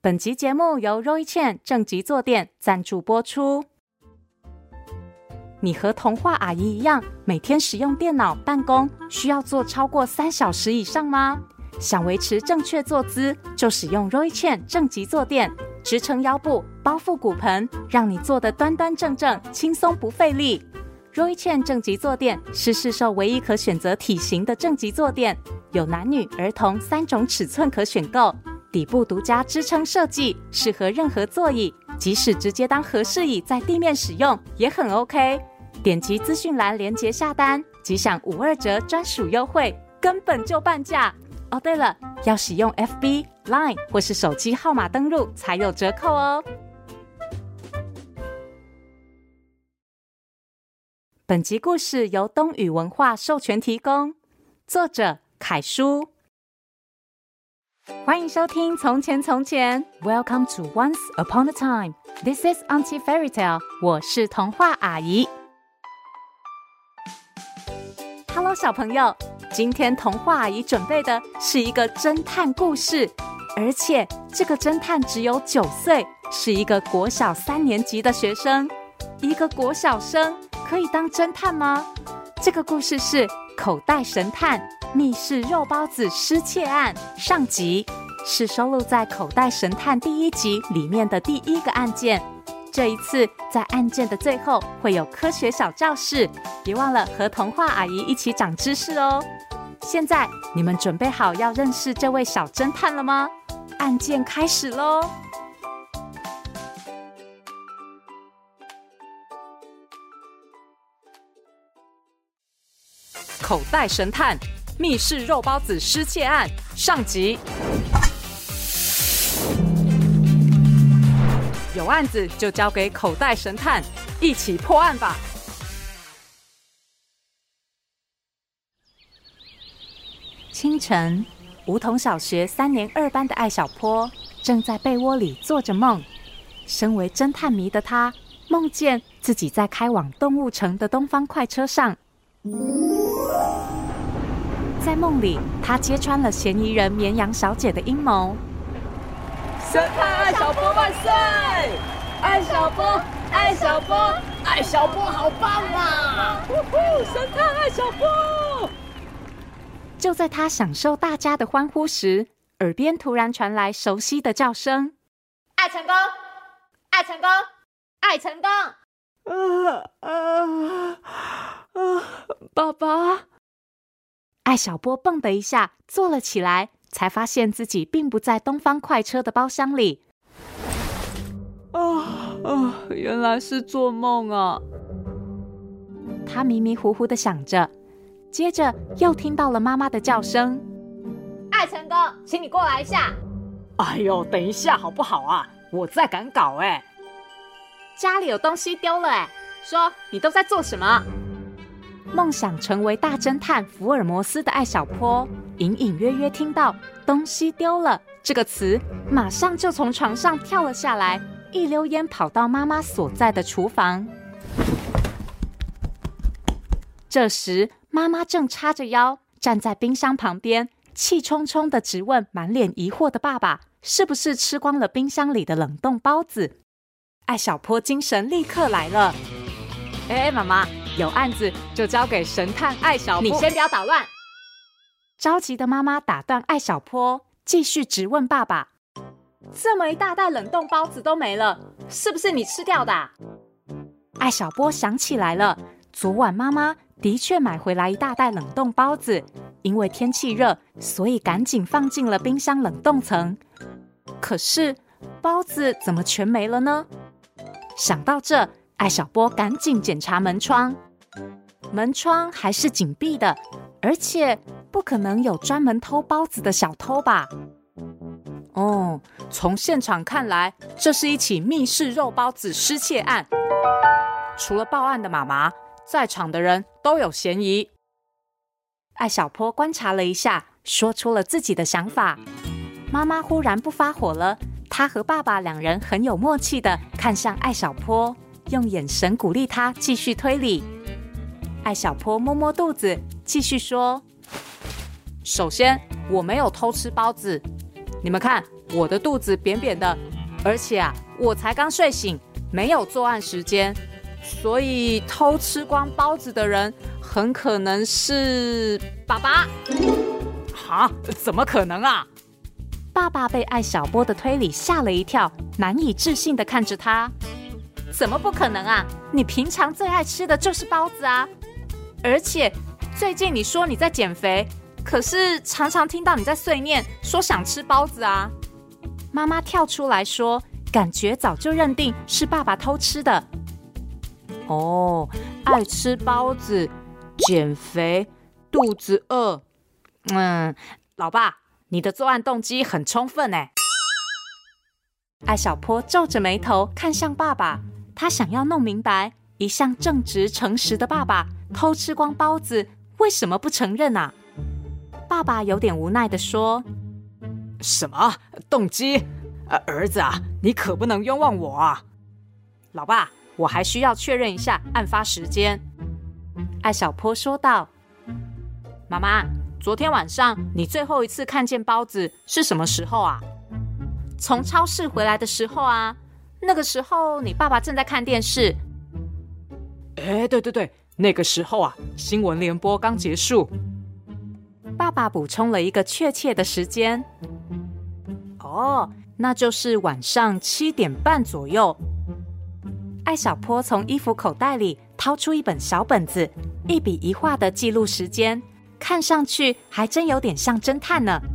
本集节目由 Roy 正极坐垫赞助播出。你和童话阿姨一样，每天使用电脑办公，需要坐超过3小时以上吗？想维持正确坐姿，就使用 Roy 正极坐垫，支撑腰部，包覆骨盆，让你坐得端端正正，轻松不费力。Roy 正极坐垫是市售唯一可选择体型的正极坐垫，有男女、儿童3种尺寸可选购。底部独家支撑设计，适合任何座椅，即使直接当和适椅在地面使用也很 OK。 点击资讯栏连结下单，即享52折专属优惠，根本就半价哦。对了，要使用 FB、Line 或是手机号码登入才有折扣哦。本集故事由东宇文化授权提供，作者凯叔。欢迎收听从前从前 Welcome to Once Upon a Time. This is Auntie Fairy Tale. 我是童话阿姨。 Hello 小朋友，今天童话阿姨准备的是一个侦探故事，而且这个侦探只有9岁，是一个国小3年级的学生。一个国小生可以当侦探吗？这个故事是口袋神探密室肉包子失窃案上集，是收录在口袋神探第1集里面的第1个案件。这一次在案件的最后会有科学小教室，别忘了和童话阿姨一起长知识哦。现在你们准备好要认识这位小侦探了吗？案件开始咯。口袋神探密室肉包子失窃案上集。有案子就交给口袋神探，一起破案吧。清晨，梧桐小学3年2班的艾小坡正在被窝里做着梦。身为侦探迷的他，梦见自己在开往动物城的东方快车上。在梦里，他揭穿了嫌疑人绵羊小姐的阴谋。 神探艾小坡万岁！艾小坡，艾小坡，艾小坡好棒啊！神探艾小坡！ 就在他享受大家的欢呼时，耳边突然传来熟悉的叫声： 艾成功，艾成功，艾成功！ 爸爸！ 艾小波蹦的一下坐了起来，才发现自己并不在东方快车的包厢里。 原来是做梦啊！ 他迷迷糊糊的想着，接着又听到了妈妈的叫声： 艾成功，请你过来一下。 哎呦，等一下好不好啊？我在赶稿哎。 家里有东西丢了哎，说你都在做什么？ 梦想成为大侦探福尔摩斯的艾小坡，隐隐约约听到东西丢了这个词，马上就从床上跳了下来，一溜烟跑到妈妈所在的厨房。这时妈妈正叉着腰站在冰箱旁边，气冲冲地质问满脸疑惑的爸爸是不是吃光了冰箱里的冷冻包子。艾小坡精神立刻来了。妈妈，有案子就交给神探艾小坡。 你先不要捣乱！ 着急的妈妈打断艾小坡，继续质问爸爸： 这么一大袋冷冻包子都没了，是不是你吃掉的啊？ 艾小坡想起来了，昨晚妈妈的确买回来一大袋冷冻包子，因为天气热，所以赶紧放进了冰箱冷冻层。可是包子怎么全没了呢？想到这，艾小波赶紧检查门窗，门窗还是紧闭的，而且不可能有专门偷包子的小偷吧？从现场看来，这是一起密室肉包子失窃案。除了报案的妈妈，在场的人都有嫌疑。艾小坡观察了一下，说出了自己的想法。妈妈忽然不发火了，她和爸爸2人很有默契地看向艾小坡，用眼神鼓励他继续推理。艾小坡摸摸肚子，继续说：首先，我没有偷吃包子，你们看， 我的肚子扁扁的，而且我才刚睡醒，没有作案时间，所以偷吃光包子的人很可能是爸爸。 哈？怎么可能啊？ 爸爸被艾小波的推理吓了一跳，难以置信地看着他。怎么不可能啊？你平常最爱吃的就是包子啊！而且最近你说你在减肥，可是常常听到你在碎念，说想吃包子啊。妈妈跳出来说，感觉早就认定是爸爸偷吃的。哦，爱吃包子，减肥，肚子饿。老爸，你的作案动机很充分耶。艾小坡皱着眉头看向爸爸，他想要弄明白，一向正直诚实的爸爸偷吃光包子，为什么不承认啊？爸爸有点无奈地说： 什么动机？儿子啊，你可不能冤枉我啊！ 老爸，我还需要确认一下案发时间。艾小坡说道：妈妈，昨天晚上你最后一次看见包子是什么时候啊？从超市回来的时候啊，那个时候你爸爸正在看电视。 对，那个时候啊，新闻联播刚结束。 爸爸补充了一个确切的时间。哦，那就是晚上7点半左右。艾小坡从衣服口袋里掏出一本小本子，一笔一画的记录时间，看上去还真有点像侦探呢。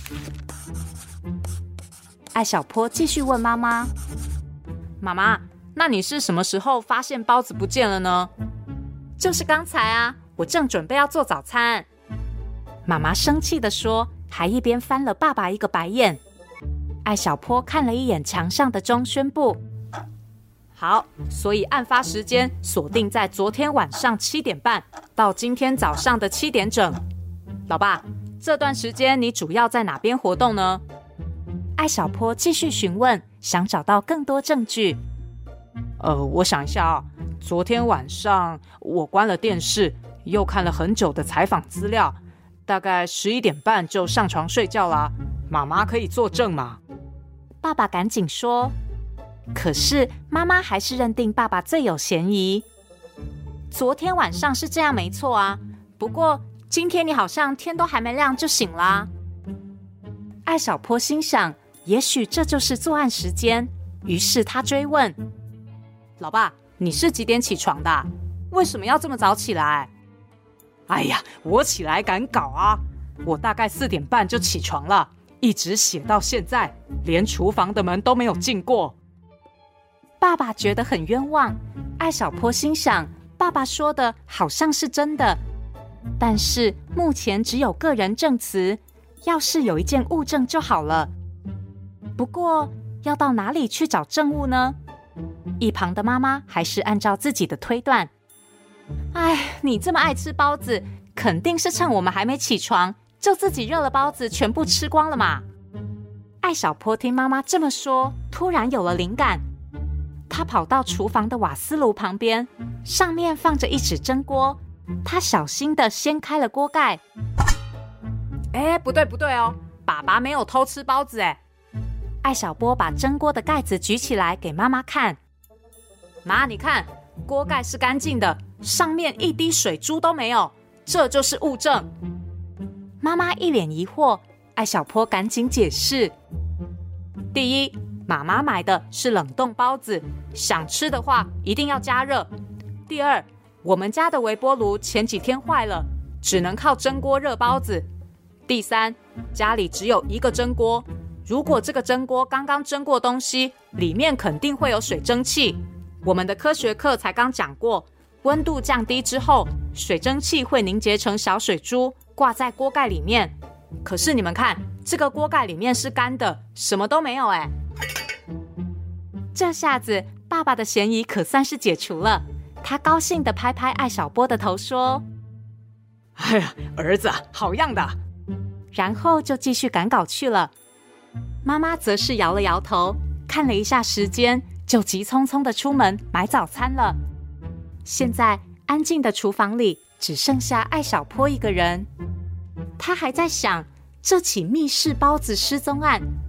艾小坡继续问妈妈：妈妈，那你是什么时候发现包子不见了呢？就是刚才啊，我正准备要做早餐。妈妈生气地说，还一边翻了爸爸一个白眼。艾小坡看了一眼墙上的钟，宣布：好，所以案发时间锁定在昨天晚上7点半到今天早上的7点整。老爸，这段时间你主要在哪边活动呢？艾小坡继续询问，想找到更多证据。 我想一下啊，昨天晚上我关了电视，又看了很久的采访资料，大概11点半就上床睡觉啦。妈妈可以作证吗？ 爸爸赶紧说。可是妈妈还是认定爸爸最有嫌疑。昨天晚上是这样没错啊，不过今天你好像天都还没亮就醒啦。艾小坡心想，也许这就是作案时间，于是他追问：老爸，你是几点起床的啊？为什么要这么早起来？ 哎呀，我起来赶稿啊，我大概4点半就起床了，一直写到现在，连厨房的门都没有进过。 爸爸觉得很冤枉，艾小坡心想，爸爸说的好像是真的，但是目前只有个人证词，要是有一件物证就好了。不过要到哪里去找证物呢？一旁的妈妈还是按照自己的推断：你这么爱吃包子，肯定是趁我们还没起床就自己热了包子全部吃光了嘛。艾小坡听妈妈这么说，突然有了灵感。他跑到厨房的瓦斯炉旁边，上面放着一只蒸锅，他小心地掀开了锅盖。不对哦，爸爸没有偷吃包子哎。艾小波把蒸锅的盖子举起来给妈妈看。妈，你看，锅盖是干净的，上面一滴水珠都没有，这就是物证。妈妈一脸疑惑，艾小坡赶紧解释：第一，妈妈买的是冷冻包子，想吃的话一定要加热。第二，我们家的微波炉前几天坏了，只能靠蒸锅热包子。第三，家里只有一个蒸锅，如果这个蒸锅刚刚蒸过东西，里面肯定会有水蒸气。我们的科学课才刚讲过，温度降低之后，水蒸气会凝结成小水珠，挂在锅盖里面。可是你们看，这个锅盖里面是干的，什么都没有哎。这下子爸爸的嫌疑可算是解除了，他高兴地拍拍艾小波的头说： 哎呀，儿子好样的。 然后就继续赶稿去了。妈妈则是摇了摇头，看了一下时间，就急匆匆地出门买早餐了。现在安静的厨房里只剩下艾小坡一个人，他还在想，这起密室包子失踪案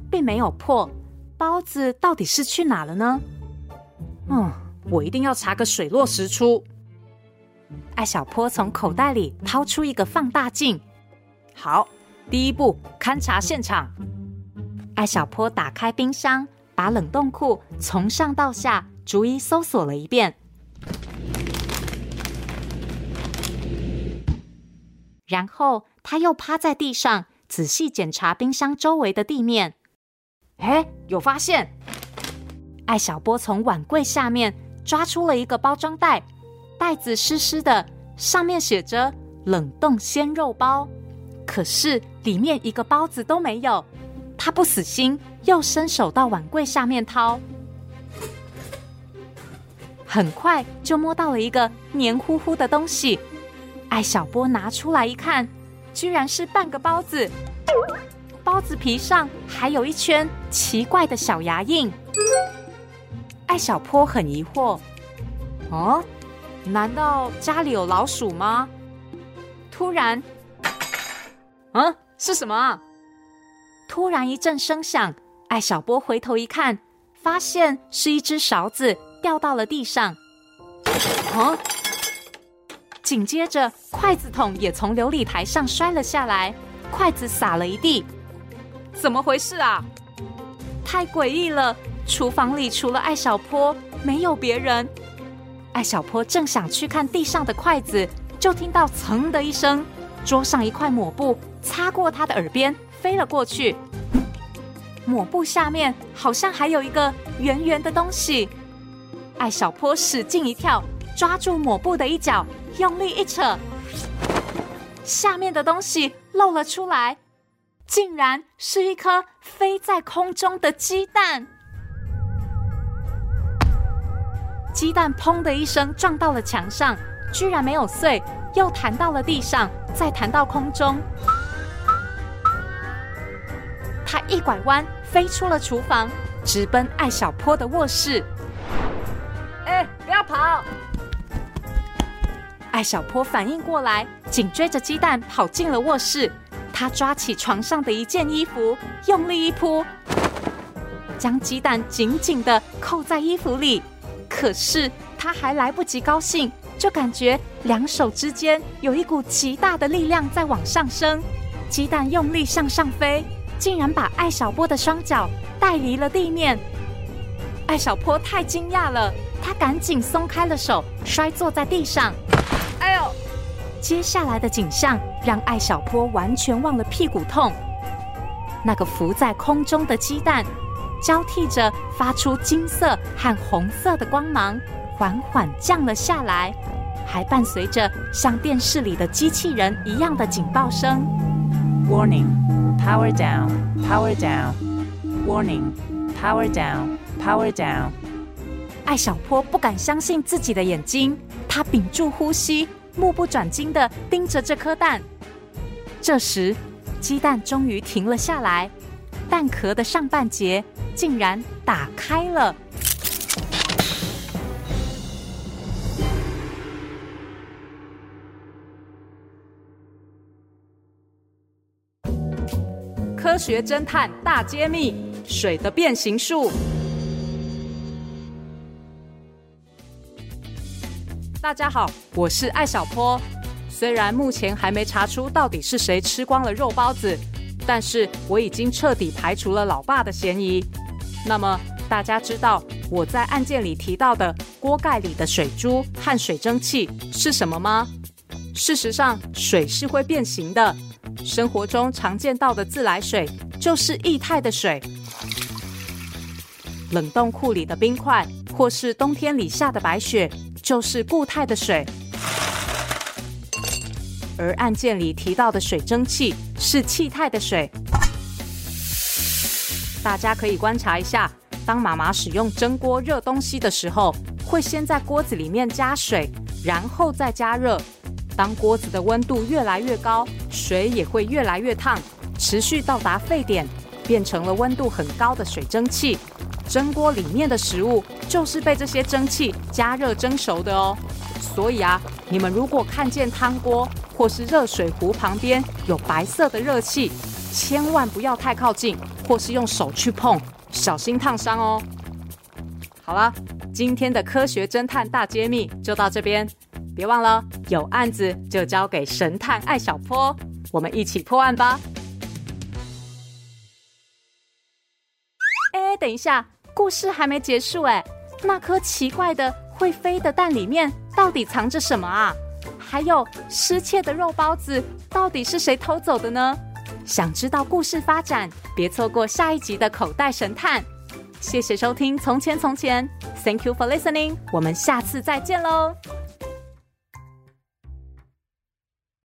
并没有破，包子到底是去哪了呢？ 我一定要查个水落石出。 艾小坡从口袋里掏出一个放大镜。 好，第一步勘察现场。 艾小坡打开冰箱，把冷冻库从上到下逐一搜索了一遍，然后他又趴在地上仔细检查冰箱周围的地面。 有发现！ 艾小坡从碗柜下面抓出了一个包装袋，袋子湿湿的，上面写着冷冻鲜肉包，可是里面一个包子都没有。他不死心，又伸手到碗柜下面掏，很快就摸到了一个黏糊糊的东西。艾小坡拿出来一看，居然是半个包子，包子皮上还有一圈奇怪的小牙印。艾小坡很疑惑， 难道家里有老鼠吗？ 突然， 是什么啊？ 突然一阵声响，艾小坡回头一看，发现是一只勺子掉到了地上。紧接着筷子筒也从流理台上摔了下来，筷子洒了一地。 怎么回事啊？ 太诡异了，厨房里除了艾小坡没有别人。艾小坡正想去看地上的筷子，就听到噌的一声，桌上一块抹布擦过他的耳边飞了过去。抹布下面好像还有一个圆圆的东西。艾小坡使劲一跳，抓住抹布的一角，用力一扯，下面的东西露了出来，竟然是一颗飞在空中的鸡蛋。鸡蛋砰的一声撞到了墙上，居然没有碎，又弹到了地上，再弹到空中。他一拐弯飞出了厨房，直奔艾小坡的卧室。 不要跑！ 艾小坡反应过来，紧追着鸡蛋跑进了卧室。他抓起床上的一件衣服，用力一扑，将鸡蛋紧紧地扣在衣服里。可是他还来不及高兴，就感觉两手之间有一股极大的力量在往上升，鸡蛋用力向上飞，竟然把艾小坡的双脚带离了地面。艾小坡太惊讶了，他赶紧松开了手，摔坐在地上。 哎呦！ 接下来的景象让艾小坡完全忘了屁股痛。那个浮在空中的鸡蛋交替着发出金色和红色的光芒，缓缓降了下来，还伴随着像电视里的机器人一样的警报声。 Warning, power down, power down. Warning, power down, power down. 艾小坡不敢相信自己的眼睛，他屏住呼吸，目不转睛地盯着这颗蛋。这时，鸡蛋终于停了下来，蛋壳的上半截竟然打开了。 科学侦探大揭秘：水的变形术。大家好，我是艾小坡。虽然目前还没查出到底是谁吃光了肉包子，但是我已经彻底排除了老爸的嫌疑。那么大家知道我在案件里提到的锅盖里的水珠和水蒸气是什么吗？事实上，水是会变形的。生活中常见到的自来水就是液态的水，冷冻库里的冰块或是冬天里下的白雪就是固态的水，而案件里提到的水蒸气是气态的水。大家可以观察一下，当妈妈使用蒸锅热东西的时候，会先在锅子里面加水，然后再加热。当锅子的温度越来越高，水也会越来越烫，持续到达沸点，变成了温度很高的水蒸气。蒸锅里面的食物就是被这些蒸汽加热蒸熟的哦。所以啊，你们如果看见汤锅或是热水壶旁边有白色的热气，千万不要太靠近， 或是用手去碰，小心烫伤哦。好了，今天的科学侦探大揭秘就到这边，别忘了有案子就交给神探艾小坡，我们一起破案吧。等一下，故事还没结束哎，那颗奇怪的会飞的蛋里面到底藏着什么啊？还有失窃的肉包子到底是谁偷走的呢？想知道故事发展，别错过下一集的口袋神探。谢谢收听《从前从前》 ，Thank you for listening， 我们下次再见喽。